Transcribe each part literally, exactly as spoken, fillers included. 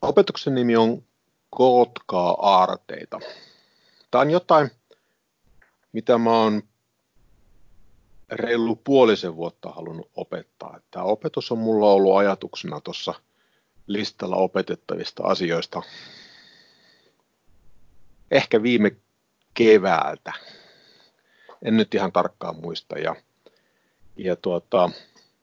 opetuksen nimi on Kootkaa aarteita. Tämä on jotain, mitä mä oon reilu puolisen vuotta halunnut opettaa. Tämä opetus on mulla ollut ajatuksena tuossa listalla opetettavista asioista ehkä viime keväältä. En nyt ihan tarkkaan muista. Ja, ja tuota,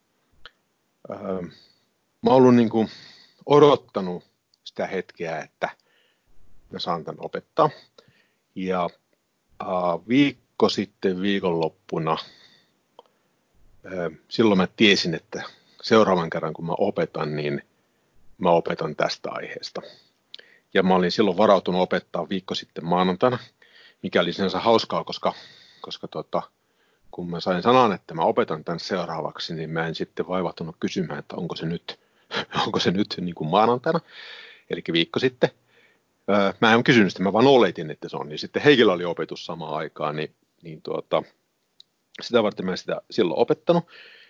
ää, mä oon ollut niin kuin odottanut sitä hetkeä, että mä saan tämän opettaa. Ja ää, viikko sitten viikonloppuna, ää, silloin mä tiesin, että seuraavan kerran kun mä opetan, niin mä opetan tästä aiheesta. Ja mä olin silloin varautunut opettaa viikko sitten maanantaina, mikä oli sinänsä hauskaa, koska, koska tota, kun mä sain sanan, että mä opetan tämän seuraavaksi, niin mä en sitten vaivahtunut kysymään, että onko se nyt, onko se nyt niin kuin maanantaina, eli viikko sitten. Öö, mä en kysynyt sitä, mä vaan oletin, että se on. Niin sitten Heikillä oli opetus samaan aikaan, niin, niin tuota, sitä varten mä en sitä silloin opettanut.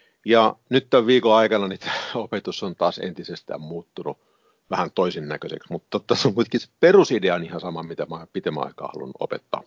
Ja nyt tämän viikon aikana niin opetus on taas entisestään muuttunut vähän toisin näköiseksi, mutta tässä on kuitenkin se perusidea on ihan sama, mitä mä oon pitemmän aikaa halunnut opettaa.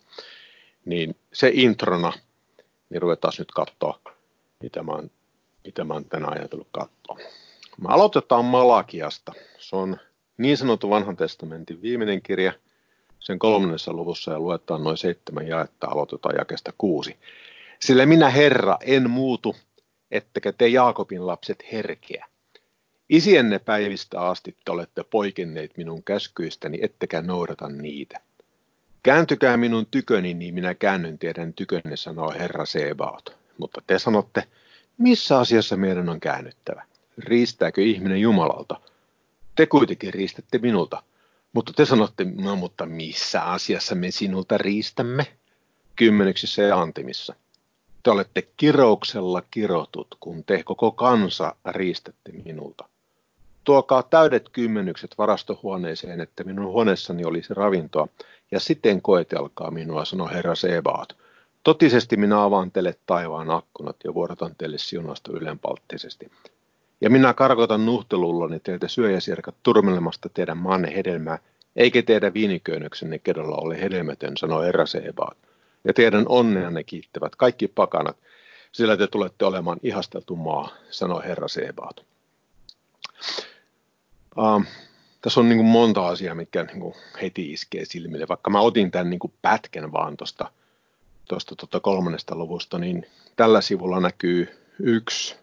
Niin se introna, niin ruvetaan nyt katsoa, mitä mä oon, mitä mä oon tänään ajatellut katsoa. Mä aloitetaan Malakiasta. Se on niin sanottu vanhan testamentin viimeinen kirja, sen kolmannessa luvussa, ja luetaan noin seitsemän jaetta, aloitetaan jakeesta kuusi. Sillä minä Herra en muutu, ettekä te Jaakobin lapset herkeä. Isienne päivistä asti te olette poikenneet minun käskyistäni, ettekä noudata niitä. Kääntykää minun tyköni, niin minä käännyn teidän tykönne, sanoo Herra Sebaot. Mutta te sanotte, missä asiassa meidän on käännyttävä? Riistääkö ihminen Jumalalta? Te kuitenkin riistätte minulta. Mutta te sanotte, no mutta missä asiassa me sinulta riistämme? Kymmenyksissä ja antimissa. Te olette kirouksella kirotut, kun te koko kansa riistätte minulta. Tuokaa täydet kymmenykset varastohuoneeseen, että minun huoneessani olisi ravintoa, ja siten koetelkaa minua, sanoo Herra Sebaot. Totisesti minä avaan teille taivaan akkunat ja vuodatan teille siunasta ylenpalttisesti. Ja minä karkotan nuhtelullani teiltä syöjäsirkat turmelemasta teidän maanne hedelmää, eikä teidän viiniköynnöksenne kedolla ole hedelmätön, sanoo Herra Sebaot. Ja teidän onneanne kiittävät kaikki pakanat, sillä te tulette olemaan ihasteltu maa, sanoo Herra Sebaot. Uh, tässä on niin kuin monta asiaa, mitkä niin kuin heti iskee silmille. Vaikka mä otin tämän niin kuin pätkän vaan tuosta tuosta tuota kolmannesta luvusta, niin tällä sivulla näkyy yksi,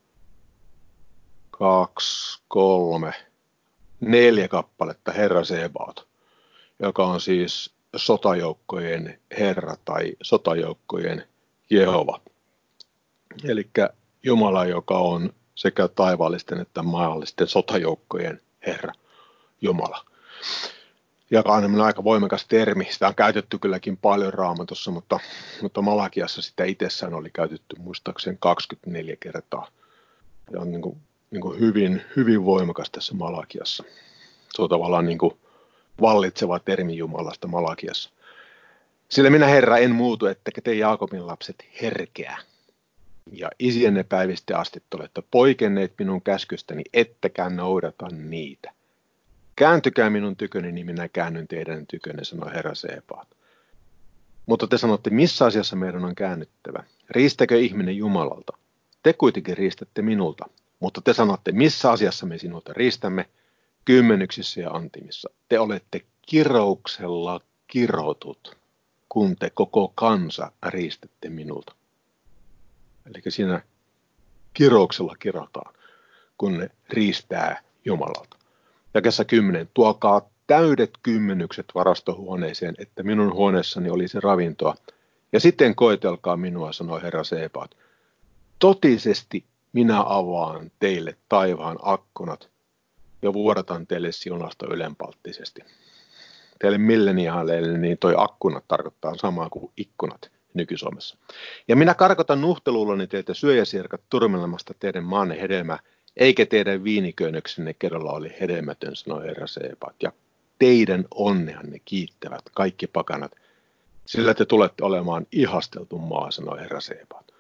kaksi, kolme, neljä kappaletta Herra Sebaot, joka on siis sotajoukkojen Herra tai sotajoukkojen Jehova. Eli Jumala, joka on sekä taivaallisten että maallisten sotajoukkojen Herra, Jumala. Joka on aika voimakas termi. Sitä on käytetty kylläkin paljon Raamatussa, mutta, mutta Malakiassa sitä itsessään oli käytetty muistaakseni kaksikymmentäneljä kertaa. Ja on niin kuin, niin kuin hyvin, hyvin voimakas tässä Malakiassa. Se on tavallaan niin kuin vallitseva termi Jumalasta Malakiassa. Sillä minä Herra en muutu, ettekä te Jaakobin lapset herkeä. Ja isienne päivistä asti te olette poikenneet minun käskystäni, ettekä noudata niitä. Kääntykää minun tyköni, niin minä käännyn teidän tykönne, sanoo Herra Sebaot. Mutta te sanotte, missä asiassa meidän on käännyttävä? Riistäkö ihminen Jumalalta? Te kuitenkin riistätte minulta. Mutta te sanotte, missä asiassa me sinulta riistämme? Kymmenyksissä ja antimissa. Te olette kirouksella kirotut, kun te koko kansa riistätte minulta. Eli siinä kirouksella kirotaan, kun ne riistää Jumalalta. Jakeessa kymmenen. Tuokaa täydet kymmenykset varastohuoneeseen, että minun huoneessani olisi ravintoa. Ja sitten koetelkaa minua, sanoi Herra Sebaot. Totisesti minä avaan teille taivaan akkunat ja vuodatan teille siunasta ylenpalttisesti. Teille milleniaaleille niin toi akkunat tarkoittaa samaa kuin ikkunat nyky-Suomessa. Ja minä karkotan nuhtelullani teiltä syöjäsirkat turmelemasta teidän maanne hedelmää, eikä teidän viiniköynnöksenne kerralla oli hedelmätön, sanoi Herra Sebaot. Ja teidän onneanne kiittävät kaikki pakanat, sillä te tulette olemaan ihasteltu maa, sanoi Herra Sebaot.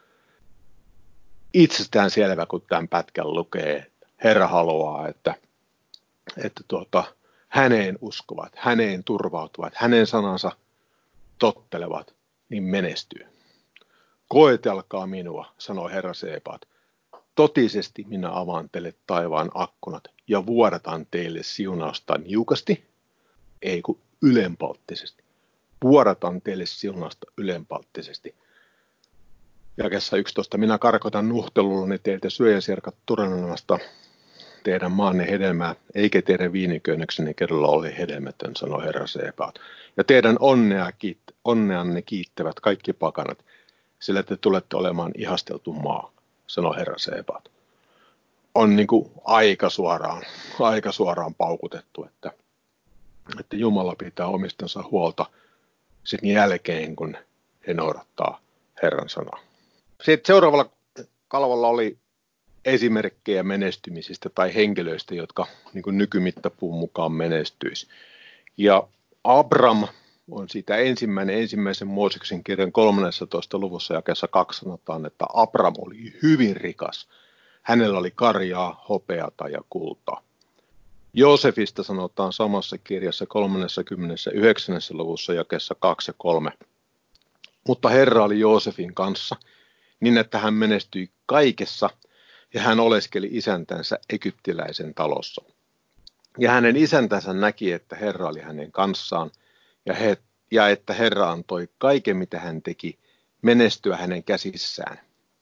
Itsestään selvä, kun tämän pätkän lukee, Herra haluaa, että, että tuota, häneen uskovat, häneen turvautuvat, hänen sanansa tottelevat, niin menestyy. Koetelkaa minua, sanoi Herra Sebaot. Totisesti minä avaan teille taivaan akkunat ja vuodatan teille siunausta niukasti, ei kun ylenpalttisesti. Vuodatan teille siunausta ylenpalttisesti. Jakeessa yksitoista. Minä karkotan nuhtelullani teiltä syöjäsirkat Turanamasta teidän maanne hedelmää, eikä teidän viiniköynnöksenne kerralla ole hedelmätön, sanoi Herra Sebaot. Ja teidän onnea, kiit- onneanne kiittävät kaikki pakanat, sillä te tulette olemaan ihasteltu maa, sanoi Herra Sebaot. On niin kuin aika suoraan, aika suoraan paukutettu, että, että Jumala pitää omistansa huolta sen jälkeen, kun he noudattaa Herran sanaa. Sitten seuraavalla kalvolla oli esimerkkejä menestymisistä tai henkilöistä, jotka niin kuin nykymittapuun mukaan menestyisi. Ja Abram on siitä ensimmäinen, ensimmäisen Mooseksen kirjan kolmannessatoista luvussa jakeessa kaksi sanotaan, että Abram oli hyvin rikas. Hänellä oli karjaa, hopeata ja kultaa. Joosefista sanotaan samassa kirjassa kolmannessakymmenennessäyhdeksännessä luvussa jakeessa kaksi ja kolme. Mutta Herra oli Joosefin kanssa, niin että hän menestyi kaikessa, ja hän oleskeli isäntänsä egyptiläisen talossa. Ja hänen isäntänsä näki, että Herra oli hänen kanssaan, ja, he, ja että Herra antoi kaiken, mitä hän teki, menestyä hänen käsissään.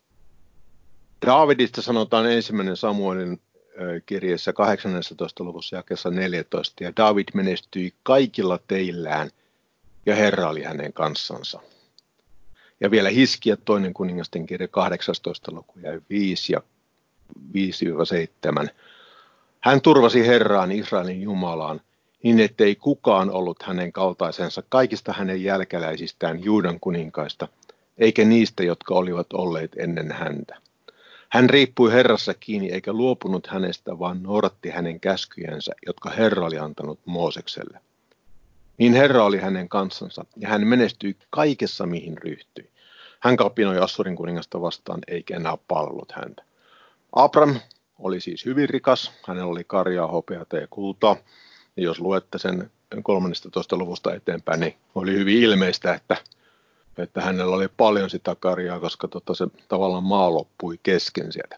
Daavidista sanotaan ensimmäinen Samuelin kirjeessä kahdeksannessatoista luvussa jakeessa neljätoista, ja Daavid menestyi kaikilla teillään, ja Herra oli hänen kanssansa. Ja vielä Hiskia, toinen kuningasten kirja, kahdeksantoista luku ja viisi ja viisi seitsemän. Hän turvasi Herraan, Israelin Jumalaan, niin ettei kukaan ollut hänen kaltaisensa kaikista hänen jälkeläisistään Juudan kuninkaista, eikä niistä, jotka olivat olleet ennen häntä. Hän riippui Herrassa kiinni eikä luopunut hänestä, vaan noudatti hänen käskyjensä, jotka Herra oli antanut Moosekselle. Niin Herra oli hänen kanssansa, ja hän menestyi kaikessa, mihin ryhtyi. Hän kapinoi Assurin kuningasta vastaan, eikä enää palvellut häntä. Abram oli siis hyvin rikas, hänellä oli karjaa, hopeata ja kultaa. Ja jos luette sen kolmannestatoista luvusta eteenpäin, niin oli hyvin ilmeistä, että, että hänellä oli paljon sitä karjaa, koska tota se tavallaan maa loppui kesken sieltä.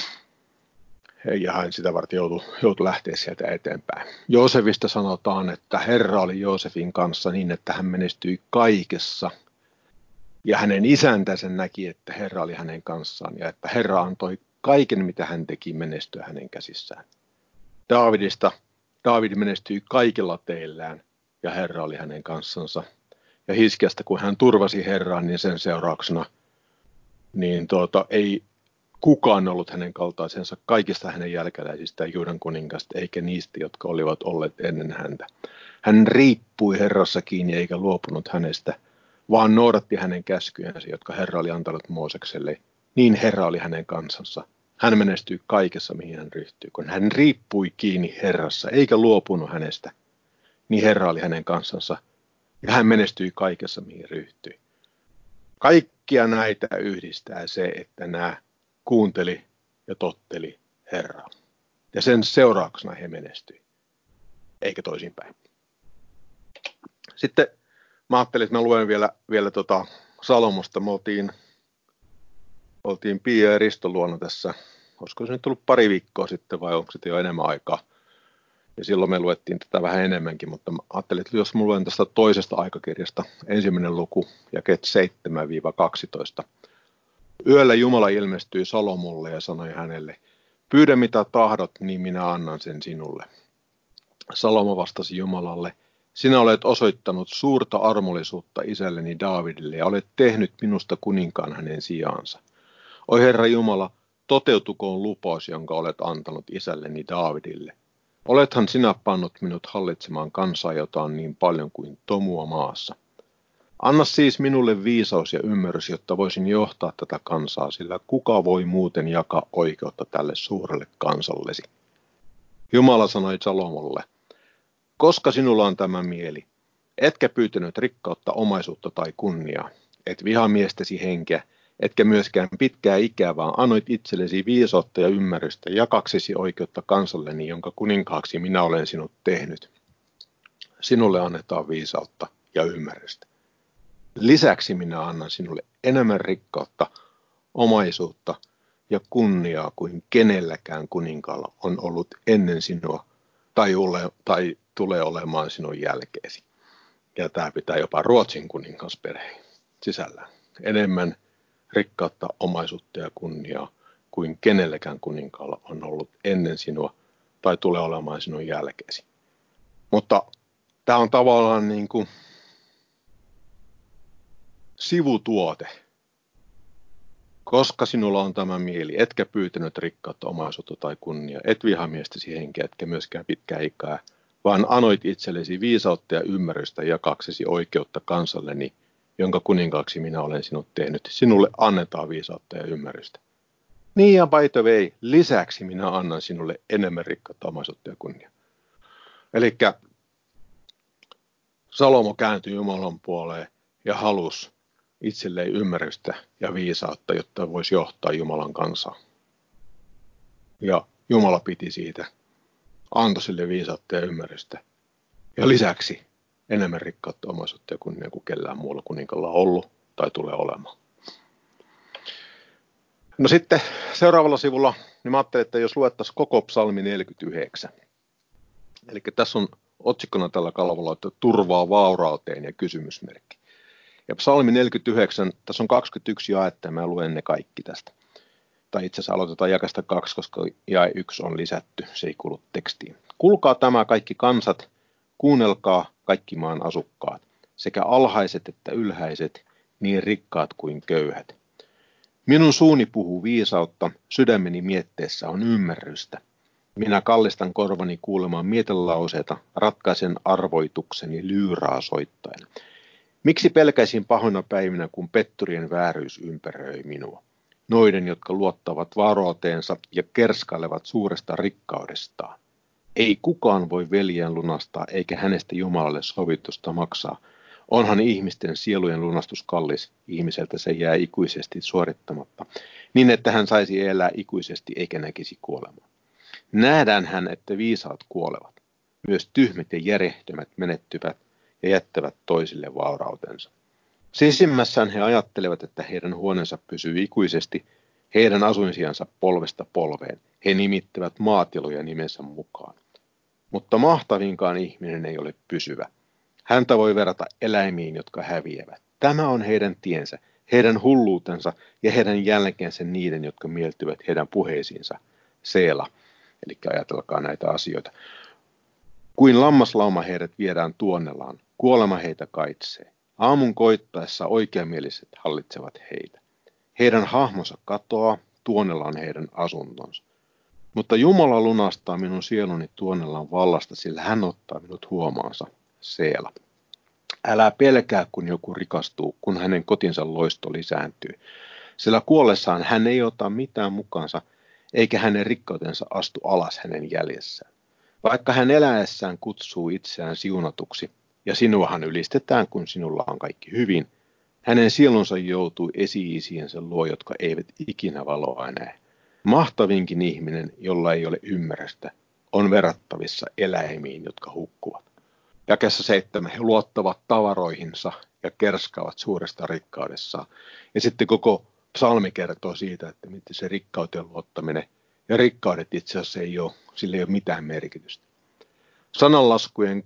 Ja hän sitä varten joutui, joutui lähteä sieltä eteenpäin. Joosefista sanotaan, että Herra oli Joosefin kanssa niin, että hän menestyi kaikessa. Ja hänen isäntänsä näki, että Herra oli hänen kanssaan ja että Herra antoi kaiken, mitä hän teki, menestyä hänen käsissään. Daavidista, Daavid menestyi kaikilla teillään ja Herra oli hänen kanssansa. Ja Hiskiasta, kun hän turvasi Herraan, niin sen seurauksena niin tuota, ei kukaan ollut hänen kaltaisensa kaikista hänen jälkeläisistään Juudan kuningasta, eikä niistä, jotka olivat olleet ennen häntä. Hän riippui Herrassa kiinni eikä luopunut hänestä, vaan noudatti hänen käskyjänsä, jotka Herra oli antanut Moosekselle. Niin Herra oli hänen kansansa. Hän menestyi kaikessa, mihin hän ryhtyi. Kun hän riippui kiinni Herrassa, eikä luopunut hänestä, niin Herra oli hänen kansansa. Ja hän menestyi kaikessa, mihin ryhtyi. Kaikkia näitä yhdistää se, että nämä kuunteli ja totteli Herraa. Ja sen seurauksena he menestyi, eikä toisinpäin. Sitten mä ajattelin, että mä luen vielä, vielä tota Salomosta. Me oltiin, oltiin Pia ja Risto luona tässä, olisiko se nyt tullut pari viikkoa sitten vai onko se jo enemmän aikaa. Ja silloin me luettiin tätä vähän enemmänkin, mutta mä ajattelin, että jos mä luen tästä toisesta aikakirjasta, ensimmäinen luku, jakeet seitsemän kaksitoista. Yöllä Jumala ilmestyi Salomolle ja sanoi hänelle, pyydä mitä tahdot, niin minä annan sen sinulle. Salomo vastasi Jumalalle, sinä olet osoittanut suurta armollisuutta isälleni Daavidille ja olet tehnyt minusta kuninkaan hänen sijaansa. Oi Herra Jumala, toteutukoon lupaus, jonka olet antanut isälleni Daavidille. Olethan sinä pannut minut hallitsemaan kansaa, jota on niin paljon kuin tomua maassa. Anna siis minulle viisaus ja ymmärrys, jotta voisin johtaa tätä kansaa, sillä kuka voi muuten jakaa oikeutta tälle suurelle kansallesi. Jumala sanoi Salomolle, koska sinulla on tämä mieli, etkä pyytänyt rikkautta, omaisuutta tai kunniaa, et vihamiestesi henkeä, etkä myöskään pitkää ikää, vaan annoit itsellesi viisautta ja ymmärrystä, jakaksesi oikeutta kansalleni, jonka kuninkaaksi minä olen sinut tehnyt. sinulle annetaan viisautta ja ymmärrystä. Lisäksi minä annan sinulle enemmän rikkautta, omaisuutta ja kunniaa kuin kenelläkään kuninkaalla on ollut ennen sinua tai, ole, tai tulee olemaan sinun jälkeesi. Ja tämä pitää jopa Ruotsin kuningasperheen sisällään. Enemmän rikkautta, omaisuutta ja kunniaa kuin kenelläkään kuninkaalla on ollut ennen sinua tai tulee olemaan sinun jälkeesi. Mutta tämä on tavallaan niin kuin sivutuote. Koska sinulla on tämä mieli, etkä pyytänyt rikkautta, omaisuutta tai kunniaa, et vihamiestäsi henkeä, etkä myöskään pitkää ikää, vaan anoit itsellesi viisautta ja ymmärrystä jakaksesi oikeutta kansalleni, jonka kuninkaaksi minä olen sinut tehnyt. Sinulle annetaan viisautta ja ymmärrystä. Niin ja by the way, lisäksi minä annan sinulle enemmän rikkautta, omaisuutta ja kunniaa. Elikkä Salomo kääntyi Jumalan puoleen ja halusi itselleen ymmärrystä ja viisautta, jotta voisi johtaa Jumalan kansaa. Ja Jumala piti siitä, antoi sille viisautta ja ymmärrystä. Ja lisäksi enemmän rikkautta, omaisuutta ja kunnia kuin kellään muulla kuninkalla on ollut tai tulee olemaan. No sitten seuraavalla sivulla, niin mä ajattelin, että jos luettaisiin koko psalmi neljäkymmentäyhdeksän. Eli tässä on otsikkona tällä kalvolla, että turvaa vaurauteen ja kysymysmerkki. Ja psalmi neljäkymmentäyhdeksän, tässä on kaksikymmentäyksi jaetta ja mä luen ne kaikki tästä. Tai itse asiassa aloitetaan jakasta kaksi, koska jae yksi on lisätty, se ei kuulu tekstiin. Kuulkaa tämä kaikki kansat, kuunnelkaa kaikki maan asukkaat, sekä alhaiset että ylhäiset, niin rikkaat kuin köyhät. Minun suuni puhuu viisautta, sydämeni mietteessä on ymmärrystä. Minä kallistan korvani kuulemaan mietelauseita, ratkaisen arvoitukseni lyyraa soittaen. Miksi pelkäisin pahoina päivinä, kun petturien vääryys ympäröi minua? Noiden, jotka luottavat varouteensa ja kerskailevat suuresta rikkaudestaan. Ei kukaan voi veljään lunastaa, eikä hänestä Jumalalle sovitusta maksaa. Onhan ihmisten sielujen lunastus kallis, ihmiseltä se jää ikuisesti suorittamatta, niin että hän saisi elää ikuisesti eikä näkisi kuolemaa. Nähdään hän, että viisaat kuolevat. Myös tyhmät ja järjettömät menettyvät ja jättävät toisille vaurautensa. Sisimmässään he ajattelevat, että heidän huoneensa pysyy ikuisesti, heidän asuinsijansa polvesta polveen. He nimittävät maatiloja nimensä mukaan. Mutta mahtavinkaan ihminen ei ole pysyvä. Häntä voi verrata eläimiin, jotka häviävät. Tämä on heidän tiensä, heidän hulluutensa ja heidän jälkeensä niiden, jotka mieltyvät heidän puheisiinsa. Seela. Eli ajatelkaa näitä asioita. Kuin lammaslauma heidät viedään tuonnellaan, kuolema heitä kaitsee. Aamun koittaessa oikeamieliset hallitsevat heitä. Heidän hahmonsa katoaa, tuonnellaan heidän asuntonsa. Mutta Jumala lunastaa minun sieluni tuonnellaan vallasta, sillä hän ottaa minut huomaansa. Seela. Älä pelkää, kun joku rikastuu, kun hänen kotinsa loisto lisääntyy. Sillä kuollessaan hän ei ota mitään mukaansa, eikä hänen rikkautensa astu alas hänen jäljessään. Vaikka hän eläessään kutsuu itseään siunatuksi, ja sinuahan ylistetään, kun sinulla on kaikki hyvin, hänen sielunsa joutuu esi-isiensä luo, jotka eivät ikinä valoa näe. Mahtavinkin ihminen, jolla ei ole ymmärrystä, on verrattavissa eläimiin, jotka hukkuvat. Jakeessa seitsemän he luottavat tavaroihinsa ja kerskaavat suuresta rikkaudessaan. Ja sitten koko psalmi kertoo siitä, että miten se rikkauteen luottaminen ja rikkaudet itse asiassa ei ole, sillä ei ole mitään merkitystä. Sananlaskujen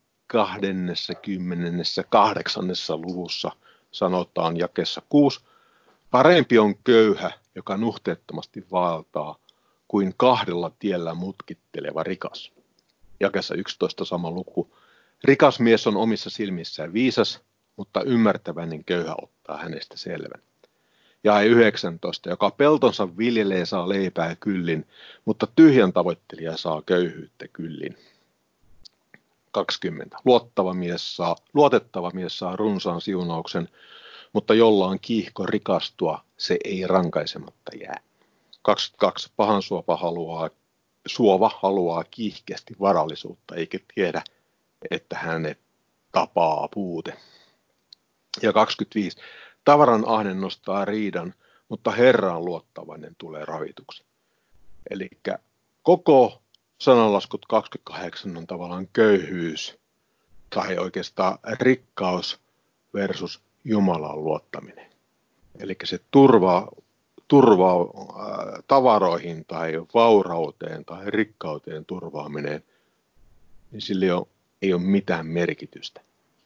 kahdennessa kahdeksannessa luvussa sanotaan jakeessa kuusi, parempi on köyhä, joka nuhteettomasti vaeltaa, kuin kahdella tiellä mutkitteleva rikas. Jakeessa yksitoista sama luku. Rikas mies on omissa silmissään viisas, mutta ymmärtäväinen köyhä ottaa hänestä selvän. Jae yhdeksäntoista, joka peltonsa viljelee saa leipää kyllin, mutta tyhjän tavoittelija saa köyhyyttä kyllin. kaksikymmentä. Luottava mies saa, luotettava mies saa runsaan siunauksen, mutta jolla on kiihko rikastua, se ei rankaisematta jää. kaksikymmentäkaksi. Pahan suova haluaa, suova haluaa kiihkeästi varallisuutta, eikä tiedä, että hänet tapaa puute. Ja kaksikymmentäviisi. Tavaran ahne nostaa riidan, mutta Herraan luottavainen tulee ravituksi. Eli koko sananlaskut kaksikymmentäkahdeksan on tavallaan köyhyys tai oikeastaan rikkaus versus Jumalan luottaminen. Eli se turva, turva äh, tavaroihin tai vaurauteen tai rikkauteen turvaaminen, niin sillä ei ole, ei ole mitään merkitystä.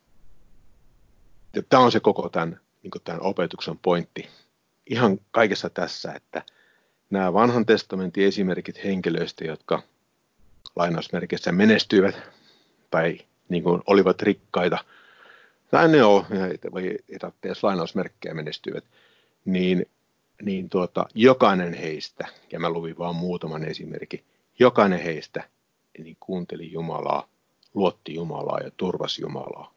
Ja tämä on se koko tämän, niin tämän opetuksen pointti. Ihan kaikessa tässä, että nämä vanhan testamentin esimerkit henkilöistä, jotka lainausmerkeissä menestyivät tai niin kuin olivat rikkaita, tai ne on, vai ei tarvitse edes lainausmerkkejä menestyivät, niin, niin tuota, jokainen heistä, ja mä luvin vaan muutaman esimerkin, jokainen heistä niin kuunteli Jumalaa, luotti Jumalaa ja turvasi Jumalaa.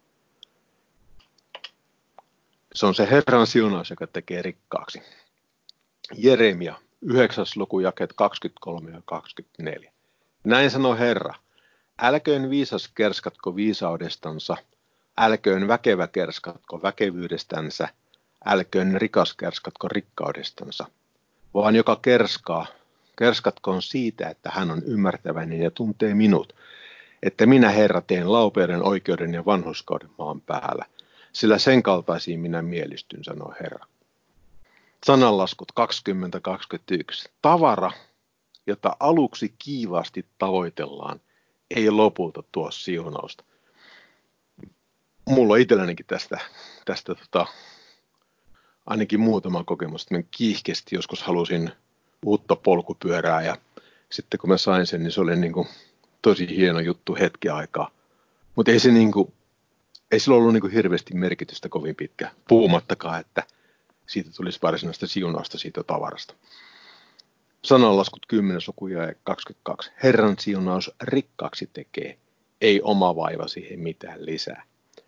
Se on se Herran siunaus, joka tekee rikkaaksi. Jeremia, yhdeksäs luku, jakeet kaksikymmentäkolme ja kaksikymmentäneljä. Näin sanoi Herra, älköön viisas kerskatko viisaudestansa, älköön väkevä kerskatko väkevyydestänsä, älköön rikas kerskatko rikkaudestansa, vaan joka kerskaa, kerskatkoon siitä, että hän on ymmärtäväinen ja tuntee minut, että minä Herra teen laupeuden, oikeuden ja vanhurskauden maan päällä, sillä sen kaltaisiin minä mielistyn, sanoo Herra. Sananlaskut kaksikymmentä kaksikymmentäyksi. Tavara, jota aluksi kiivaasti tavoitellaan, ei lopulta tuo siunausta. Mulla on itsellänikin tästä, tästä tota, ainakin muutama kokemus, että mä kiihkeästi joskus halusin uutta polkupyörää ja sitten kun mä sain sen, niin se oli niin kuin tosi hieno juttu hetki aikaa. Mutta ei, se niin kuin, ei sillä ollut niin kuin hirveästi merkitystä kovin pitkä, puhumattakaan, että siitä tulisi varsinaista siunausta siitä tavarasta. Sananlaskut kymmenen luku ja kaksikymmentäkaksi. Herran siunaus rikkaaksi tekee, ei oma vaiva siihen mitään lisää.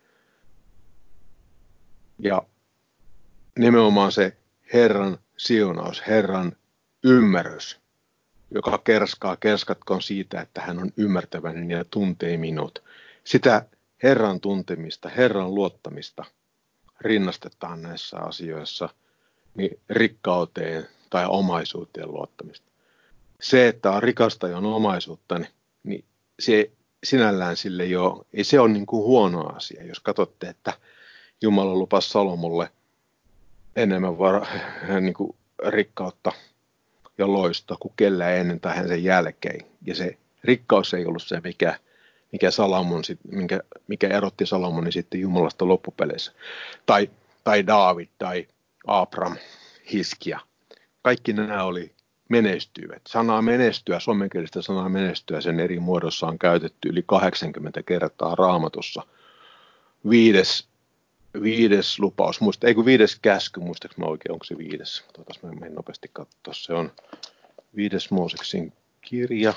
Ja nimenomaan se Herran siunaus, Herran ymmärrys, joka kerskaa, kerskatkoon siitä, että hän on ymmärtäväinen ja tuntee minut. Sitä Herran tuntemista, Herran luottamista rinnastetaan näissä asioissa niin rikkauteen tai omaisuuteen luottamista. Se, että on rikasta ja on omaisuutta, niin se sinällään sille ei ole, ei se ole niin kuin huono asia. Jos katsotte, että Jumala lupasi Salomolle enemmän var, niin kuin rikkautta ja loistoa kuin kellään ennen tai hän sen jälkeen. Ja se rikkaus ei ollut se, mikä, mikä, Salomon, mikä, mikä erotti Salomonin sitten Jumalasta loppupeleissä. Tai, tai Daavid tai Abraham, Hiskia. Kaikki nämä oli menestyivät. Sanaa menestyä, suomenkielistä sanaa menestyä, sen eri muodossa on käytetty yli kahdeksankymmentä kertaa Raamatussa. Viides, viides lupaus, muista, ei kun viides käsky, muistaakseni mä oikein, onko se viides? Tuotas mä menen nopeasti katsoa. Se on viides Mooseksen kirja.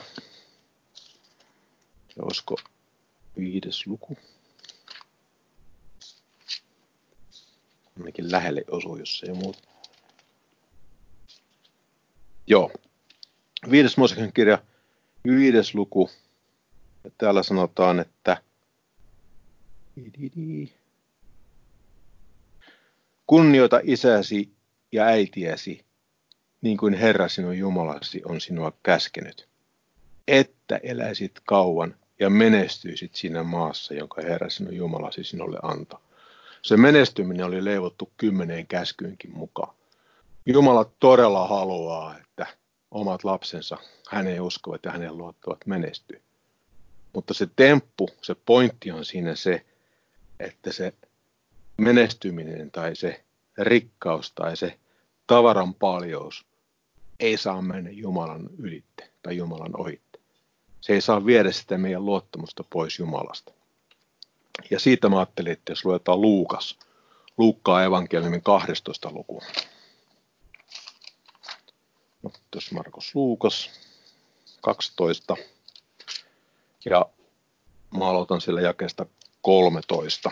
Ja olisiko viides luku? Ainakin lähelle osuu, jos ei muuta. Joo. Viides Mooseksen kirja, viides luku. Ja täällä sanotaan, että kunnioita isäsi ja äitiäsi, niin kuin Herra sinun Jumalasi on sinua käskenyt, että eläisit kauan ja menestyisit siinä maassa, jonka Herra sinun Jumalasi sinulle antaa. Se menestyminen oli leivottu kymmeneen käskyynkin mukaan. Jumala todella haluaa, että omat lapsensa häneen uskovat ja häneen luottavat menestyy. Mutta se temppu, se pointti on siinä se, että se menestyminen tai se rikkaus tai se tavaran paljous ei saa mennä Jumalan ylitte tai Jumalan ohitte. Se ei saa viedä sitä meidän luottamusta pois Jumalasta. Ja siitä mä ajattelin, että jos luetaan Luukas, Luukkaan evankeliumin kahdestoista luku. No, tuossa Markus Luukas kaksitoista. Ja mä aloitan sillä jakeesta kolmetoista.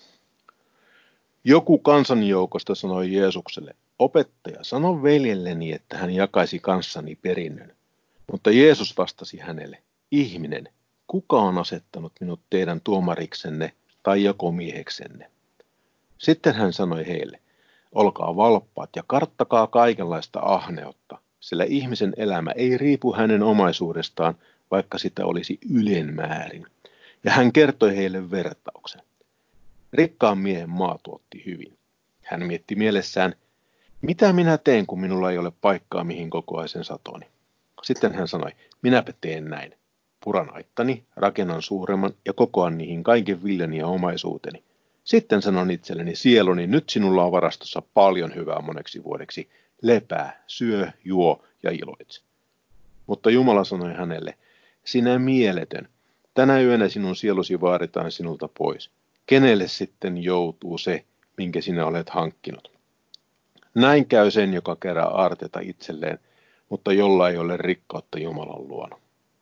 Joku kansanjoukosta sanoi Jeesukselle, opettaja, sano veljelleni, että hän jakaisi kanssani perinnön. Mutta Jeesus vastasi hänelle, ihminen, kuka on asettanut minut teidän tuomariksenne tai jakomieheksenne? Sitten hän sanoi heille, olkaa valppaat ja karttakaa kaikenlaista ahneutta, sillä ihmisen elämä ei riipu hänen omaisuudestaan, vaikka sitä olisi ylenmäärin. Ja hän kertoi heille vertauksen. Rikkaan miehen maa tuotti hyvin. Hän mietti mielessään, mitä minä teen, kun minulla ei ole paikkaa, mihin kokoa sen satoni. Sitten hän sanoi, minäpä teen näin. Puran aittani, rakennan suuremman ja kokoan niihin kaiken viljani ja omaisuuteni. Sitten sanon itselleni, sieluni, nyt sinulla on varastossa paljon hyvää moneksi vuodeksi. Lepää, syö, juo ja iloitse. Mutta Jumala sanoi hänelle, sinä mieletön, tänä yönä sinun sielusi vaaditaan sinulta pois. Kenelle sitten joutuu se, minkä sinä olet hankkinut? Näin käy sen, joka kerää aarteita itselleen, mutta jolla ei ole rikkautta Jumalan luona.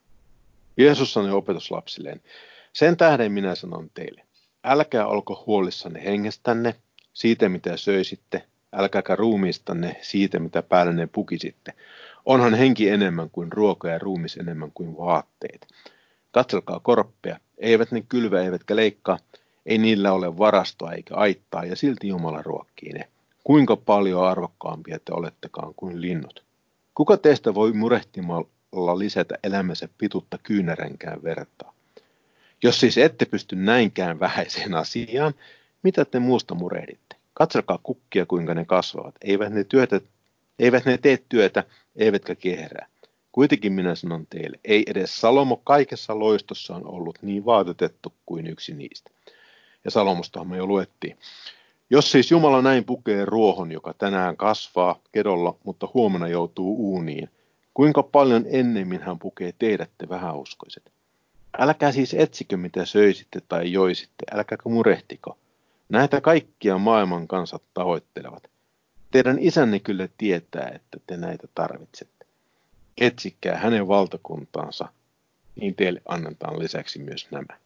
Jeesus sanoi opetuslapsilleen, sen tähden minä sanon teille, älkää olko huolissanne hengestänne, siitä mitä söisitte, älkääkä ruumiistanne, siitä mitä päällenne pukisitte. Onhan henki enemmän kuin ruoka ja ruumis enemmän kuin vaatteet. Katselkaa korppea, eivät ne kylvä eivätkä leikkaa, ei niillä ole varastoa eikä aittaa, ja silti Jumala ruokkii ne. Kuinka paljon arvokkaampia te olettekaan kuin linnut? Kuka teistä voi murehtimalla lisätä elämänsä pituutta kyynäränkään vertaa? Jos siis ette pysty näinkään vähäiseen asiaan, mitä te muusta murehditte? Katselkaa kukkia, kuinka ne kasvavat. Eivät ne, työtä, eivät ne tee työtä, eivätkä kehrää. Kuitenkin minä sanon teille, ei edes Salomo kaikessa loistossaan ollut niin vaatetettu kuin yksi niistä. Ja Salomostahan me jo luettiin. Jos siis Jumala näin pukee ruohon, joka tänään kasvaa kedolla, mutta huomenna joutuu uuniin, kuinka paljon ennemmin hän pukee teidät te vähäuskoiset? Älkää siis etsikö mitä söisitte tai joisitte, älkääkä murehtiko. Näitä kaikkia maailman kansat tavoittelevat. Teidän isänne kyllä tietää, että te näitä tarvitsette. Etsikää hänen valtakuntaansa, niin teille annetaan lisäksi myös nämä.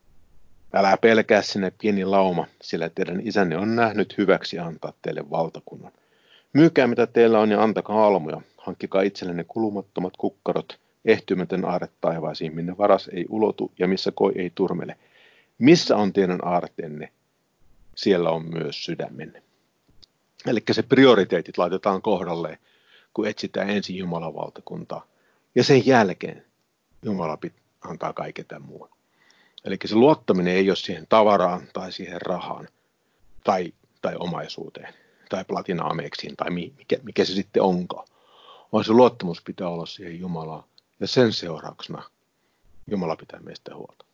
Älä pelkää sinne pieni lauma, sillä teidän isänne on nähnyt hyväksi antaa teille valtakunnan. Myykää mitä teillä on ja antakaa almuja. Hankkikaa itsellenne kulumattomat kukkarot, ehtymätön aarre taivaisiin, minne varas ei ulotu ja missä koi ei turmele. Missä on teidän aarteenne, siellä on myös sydämenne. Eli se prioriteetit laitetaan kohdalleen, kun etsitään ensin Jumalan valtakuntaa. Ja sen jälkeen Jumala antaa kaiken tämän muun. Eli se luottaminen ei ole siihen tavaraan tai siihen rahaan tai, tai omaisuuteen tai platina-ameksiin tai mikä, mikä se sitten onkaan. Vaan se luottamus pitää olla siihen Jumalaan ja sen seurauksena Jumala pitää meistä huolta.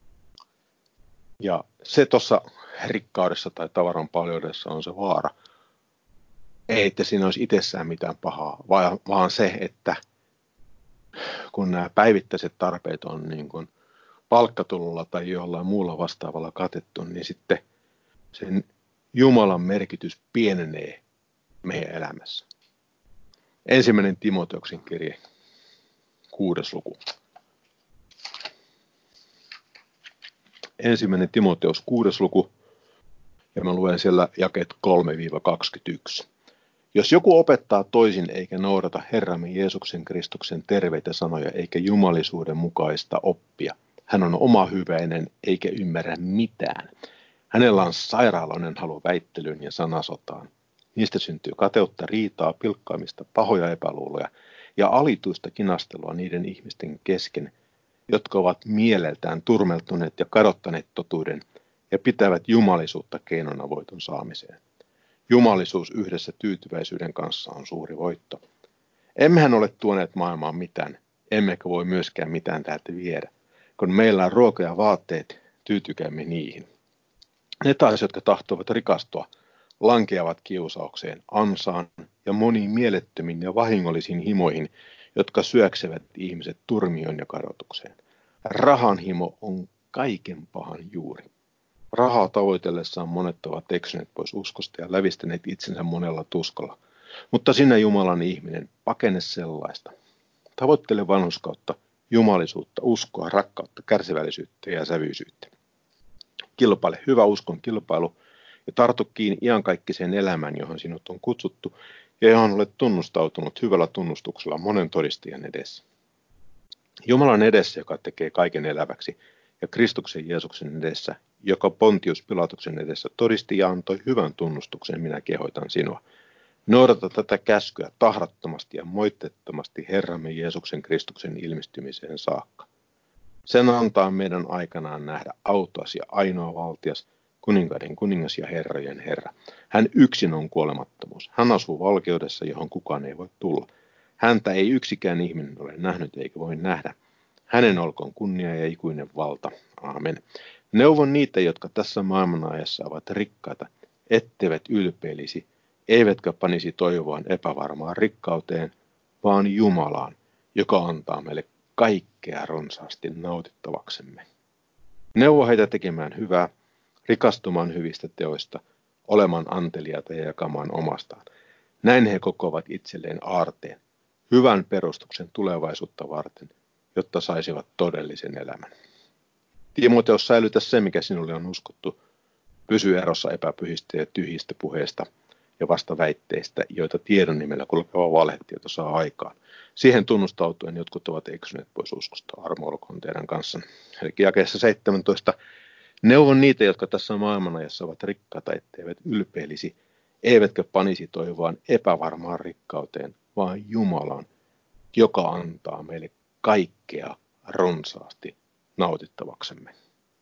Ja se tuossa rikkaudessa tai tavaran paljoudessa on se vaara. Ei, että siinä olisi itsessään mitään pahaa, vaan se, että kun nämä päivittäiset tarpeet on niin kuin palkkatulolla tai jollain muulla vastaavalla katettu, niin sitten sen Jumalan merkitys pienenee meidän elämässä. Ensimmäinen Timoteoksen kirje, kuudes luku. Ensimmäinen Timoteus, kuudes luku, ja mä luen siellä jakeet kolme kaksikymmentäyksi. Jos joku opettaa toisin eikä noudata Herramme Jeesuksen Kristuksen terveitä sanoja eikä jumalisuuden mukaista oppia, hän on oma hyväinen eikä ymmärrä mitään. Hänellä on sairaaloinen halu väittelyyn ja sanasotaan. Niistä syntyy kateutta, riitaa, pilkkaamista, pahoja epäluuloja ja alituista kinastelua niiden ihmisten kesken, jotka ovat mieleltään turmeltuneet ja kadottaneet totuuden ja pitävät jumalisuutta keinona voiton saamiseen. Jumalisuus yhdessä tyytyväisyyden kanssa on suuri voitto. Emmehän ole tuoneet maailmaan mitään, emmekä voi myöskään mitään täältä viedä. Kun meillä on ruoka ja vaatteet, tyytykäämme niihin. Ne taas, jotka tahtovat rikastua, lankeavat kiusaukseen, ansaan ja moniin mielettömiin ja vahingollisiin himoihin, jotka syöksevät ihmiset turmioon ja kadotukseen. Rahan himo on kaiken pahan juuri. Rahaa tavoitellessaan monet ovat eksyneet pois uskosta ja lävistäneet itsensä monella tuskalla. Mutta sinä Jumalan ihminen, pakene sellaista. Tavoittele vanhurskautta, jumalisuutta, uskoa, rakkautta, kärsivällisyyttä ja sävyisyyttä. Kilpaile hyvä uskon kilpailu ja tartu kiinni iankaikkiseen elämään, johon sinut on kutsuttu ja johon olet tunnustautunut hyvällä tunnustuksella monen todistajan edessä. Jumalan edessä, joka tekee kaiken eläväksi, ja Kristuksen Jeesuksen edessä, joka Pontius Pilatuksen edessä todisti ja antoi hyvän tunnustuksen, minä kehoitan sinua. Noudata tätä käskyä tahrattomasti ja moitteettomasti Herramme Jeesuksen Kristuksen ilmestymiseen saakka. Sen antaa meidän aikanaan nähdä autuas ja ainoa valtias, kuninkaiden kuningas ja herrojen herra. Hän yksin on kuolemattomuus. Hän asuu valkeudessa, johon kukaan ei voi tulla. Häntä ei yksikään ihminen ole nähnyt eikä voi nähdä. Hänen olkoon kunnia ja ikuinen valta. Aamen. Neuvon niitä, jotka tässä maailmanajassa ovat rikkaita, etteivät ylpeilisi, eivätkä panisi toivoaan epävarmaan rikkauteen, vaan Jumalaan, joka antaa meille kaikkea runsaasti nautittavaksemme. Neuvo heitä tekemään hyvää, rikastumaan hyvistä teoista, olemaan anteliaita ja jakamaan omastaan. Näin he kokoavat itselleen aarteen, hyvän perustuksen tulevaisuutta varten, jotta saisivat todellisen elämän. Timoteos, säilytä se, mikä sinulle on uskottu. Pysy erossa epäpyhistä ja tyhjistä puheista ja vastaväitteistä, joita tiedon nimellä kulkeva valehtieto saa aikaan. Siihen tunnustautuen jotkut ovat eksyneet pois uskosta. Armo olkoon teidän kanssa. Eli jakeessa seitsemäntoista. Neuvon niitä, jotka tässä maailmanajassa ovat rikkaita, etteivät ylpeilisi, eivätkä panisi toivoaan epävarmaan rikkauteen, vaan Jumalan, joka antaa meille kaikkea runsaasti nautittavaksemme.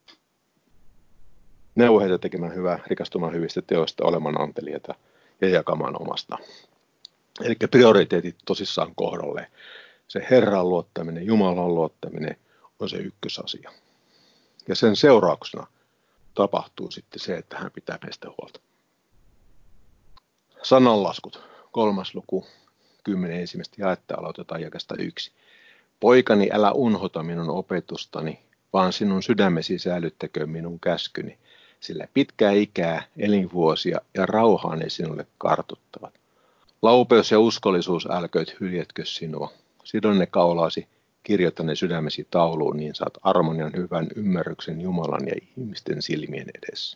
Neuvo heitä tekemään hyvää, rikastumaan hyvistä teoista, olemaan anteliaita ja jakamaan omasta. Eli prioriteetit tosissaan kohdalleen. Se Herran luottaminen, Jumalan luottaminen on se ykkösasia. Ja sen seurauksena tapahtuu sitten se, että hän pitää meistä huolta. Sananlaskut, kolmas luku, kymmenen ensimmäistä jaetta, aloitetaan jakesta yksi. Poikani, älä unhota minun opetustani, vaan sinun sydämesi säilyttäköön minun käskyni, sillä pitkää ikää, elinvuosia ja rauhaa ne sinulle kartuttavat. Laupeus ja uskollisuus älkööt hyljätkö sinua. Sidon ne kaulaasi, kirjoita ne sydämesi tauluun, niin saat armonian hyvän ymmärryksen Jumalan ja ihmisten silmien edessä.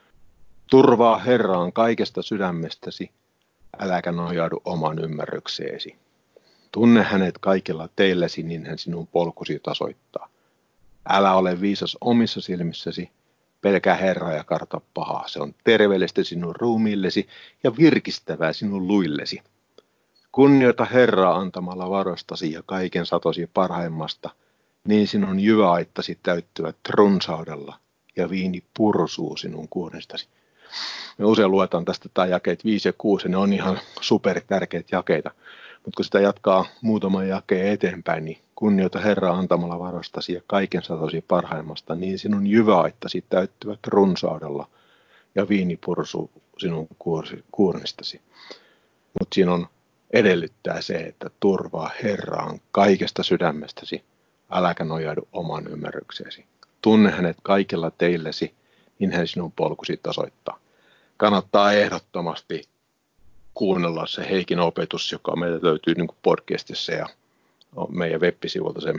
Turvaa Herraan kaikesta sydämestäsi, äläkä nojaudu oman ymmärrykseesi. Tunne hänet kaikilla teilläsi, niin hän sinun polkusi tasoittaa. Älä ole viisas omissa silmissäsi, pelkää Herraa ja karta pahaa. Se on terveellistä sinun ruumiillesi ja virkistävää sinun luillesi. Kunnioita Herraa antamalla varostasi ja kaiken satosi parhaimmasta, niin sinun jyväaittasi täyttyvät runsaudella ja viini pursuu sinun kuorestasi. Me usein luetaan tästä tämä jakeet viisi ja kuusi, ja ne on ihan super tärkeitä jakeita. Mutta kun sitä jatkaa muutaman jakeen eteenpäin, niin kunnioita Herraa antamalla varostasi ja kaiken satosi parhaimmasta, niin sinun jyväaittasi täyttyvät runsaudella ja viini pursuu sinun kuornistasi. Mutta siinä on edellyttää se, että turvaa Herraan kaikesta sydämestäsi, äläkä nojaudu oman ymmärrykseesi. Tunne hänet kaikilla teillesi, niin hän sinun polkusi tasoittaa. Kannattaa ehdottomasti kuunnella se Heikin opetus, joka meiltä löytyy niin kuin podcastissa ja meidän web-sivulta sen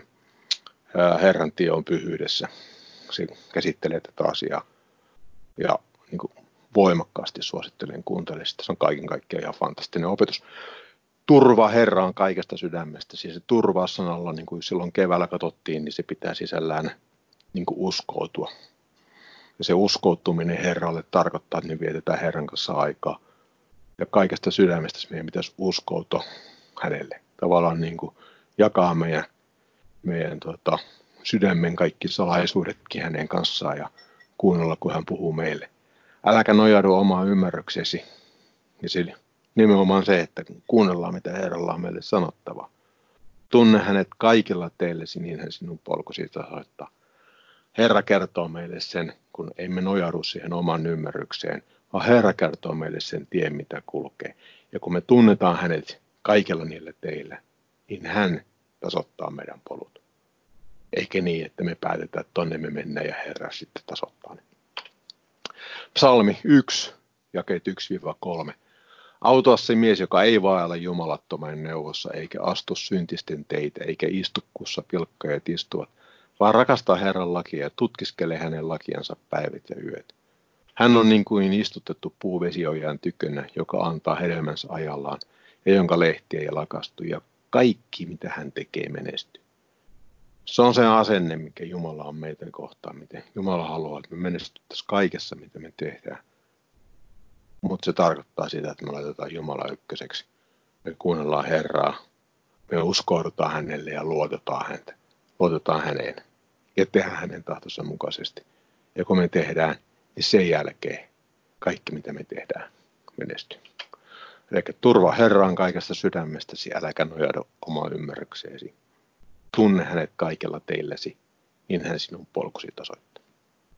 Herran tie on pyhyydessä. Se käsittelee tätä asiaa ja niin kuin voimakkaasti suosittelen kuuntelemaan sitä. Se on kaiken kaikkiaan ihan fantastinen opetus. Turvaa Herraan kaikesta sydämestä. Siis se turvaa sanalla, niin kuin silloin keväällä katsottiin, niin se pitää sisällään niin kuin uskoutua. Ja se uskoutuminen Herralle tarkoittaa, että me vietetään Herran kanssa aikaa. Ja kaikesta sydämestä meidän pitäisi uskoutua hänelle. Tavallaan niin kuin jakaa meidän, meidän tota, sydämen kaikki salaisuudetkin hänen kanssaan ja kuunnella, kun hän puhuu meille. Äläkä nojaudu omaan ymmärryksesi. Ja sille, nimenomaan se, että kuunnellaan, mitä Herralla on meille sanottava. Tunne hänet kaikilla teillesi, niin hän sinun polkusi tasoittaa. Herra kertoo meille sen, kun emme nojaudu siihen oman ymmärrykseen, vaan Herra kertoo meille sen tien, mitä kulkee. Ja kun me tunnetaan hänet kaikilla niillä teillä, niin hän tasoittaa meidän polut. Eikä niin, että me päätetään, että tonne me mennään ja Herra sitten tasoittaa ne. Psalmi yksi, jakeet yksi kolme. Autua se mies, joka ei vaella jumalattoman neuvossa, eikä astu syntisten teitä, eikä istu kussa pilkkajat istuvat, vaan rakastaa Herran lakia ja tutkiskelee hänen lakiansa päivät ja yöt. Hän on niin kuin istutettu puu vesiojan tykönä, joka antaa hedelmänsä ajallaan, ja jonka lehtiä ei lakastu, ja kaikki, mitä hän tekee, menestyy. Se on se asenne, mikä Jumala on meitä kohtaan, miten Jumala haluaa, että me menestyttäisiin kaikessa, mitä me tehdään. Mutta se tarkoittaa sitä, että me laitetaan Jumala ykköseksi. Me kuunnellaan Herraa, me uskoudutaan hänelle ja luotetaan häntä. Luotetaan häneen. ja tehdä hänen tahtonsa mukaisesti. Ja kun me tehdään, niin sen jälkeen kaikki, mitä me tehdään, menestyy. Eli turva Herraan kaikesta sydämestäsi, äläkä nojaudu omaan ymmärrykseesi. Tunne hänet kaikella teilläsi, niin hän sinun polkusi tasoittaa.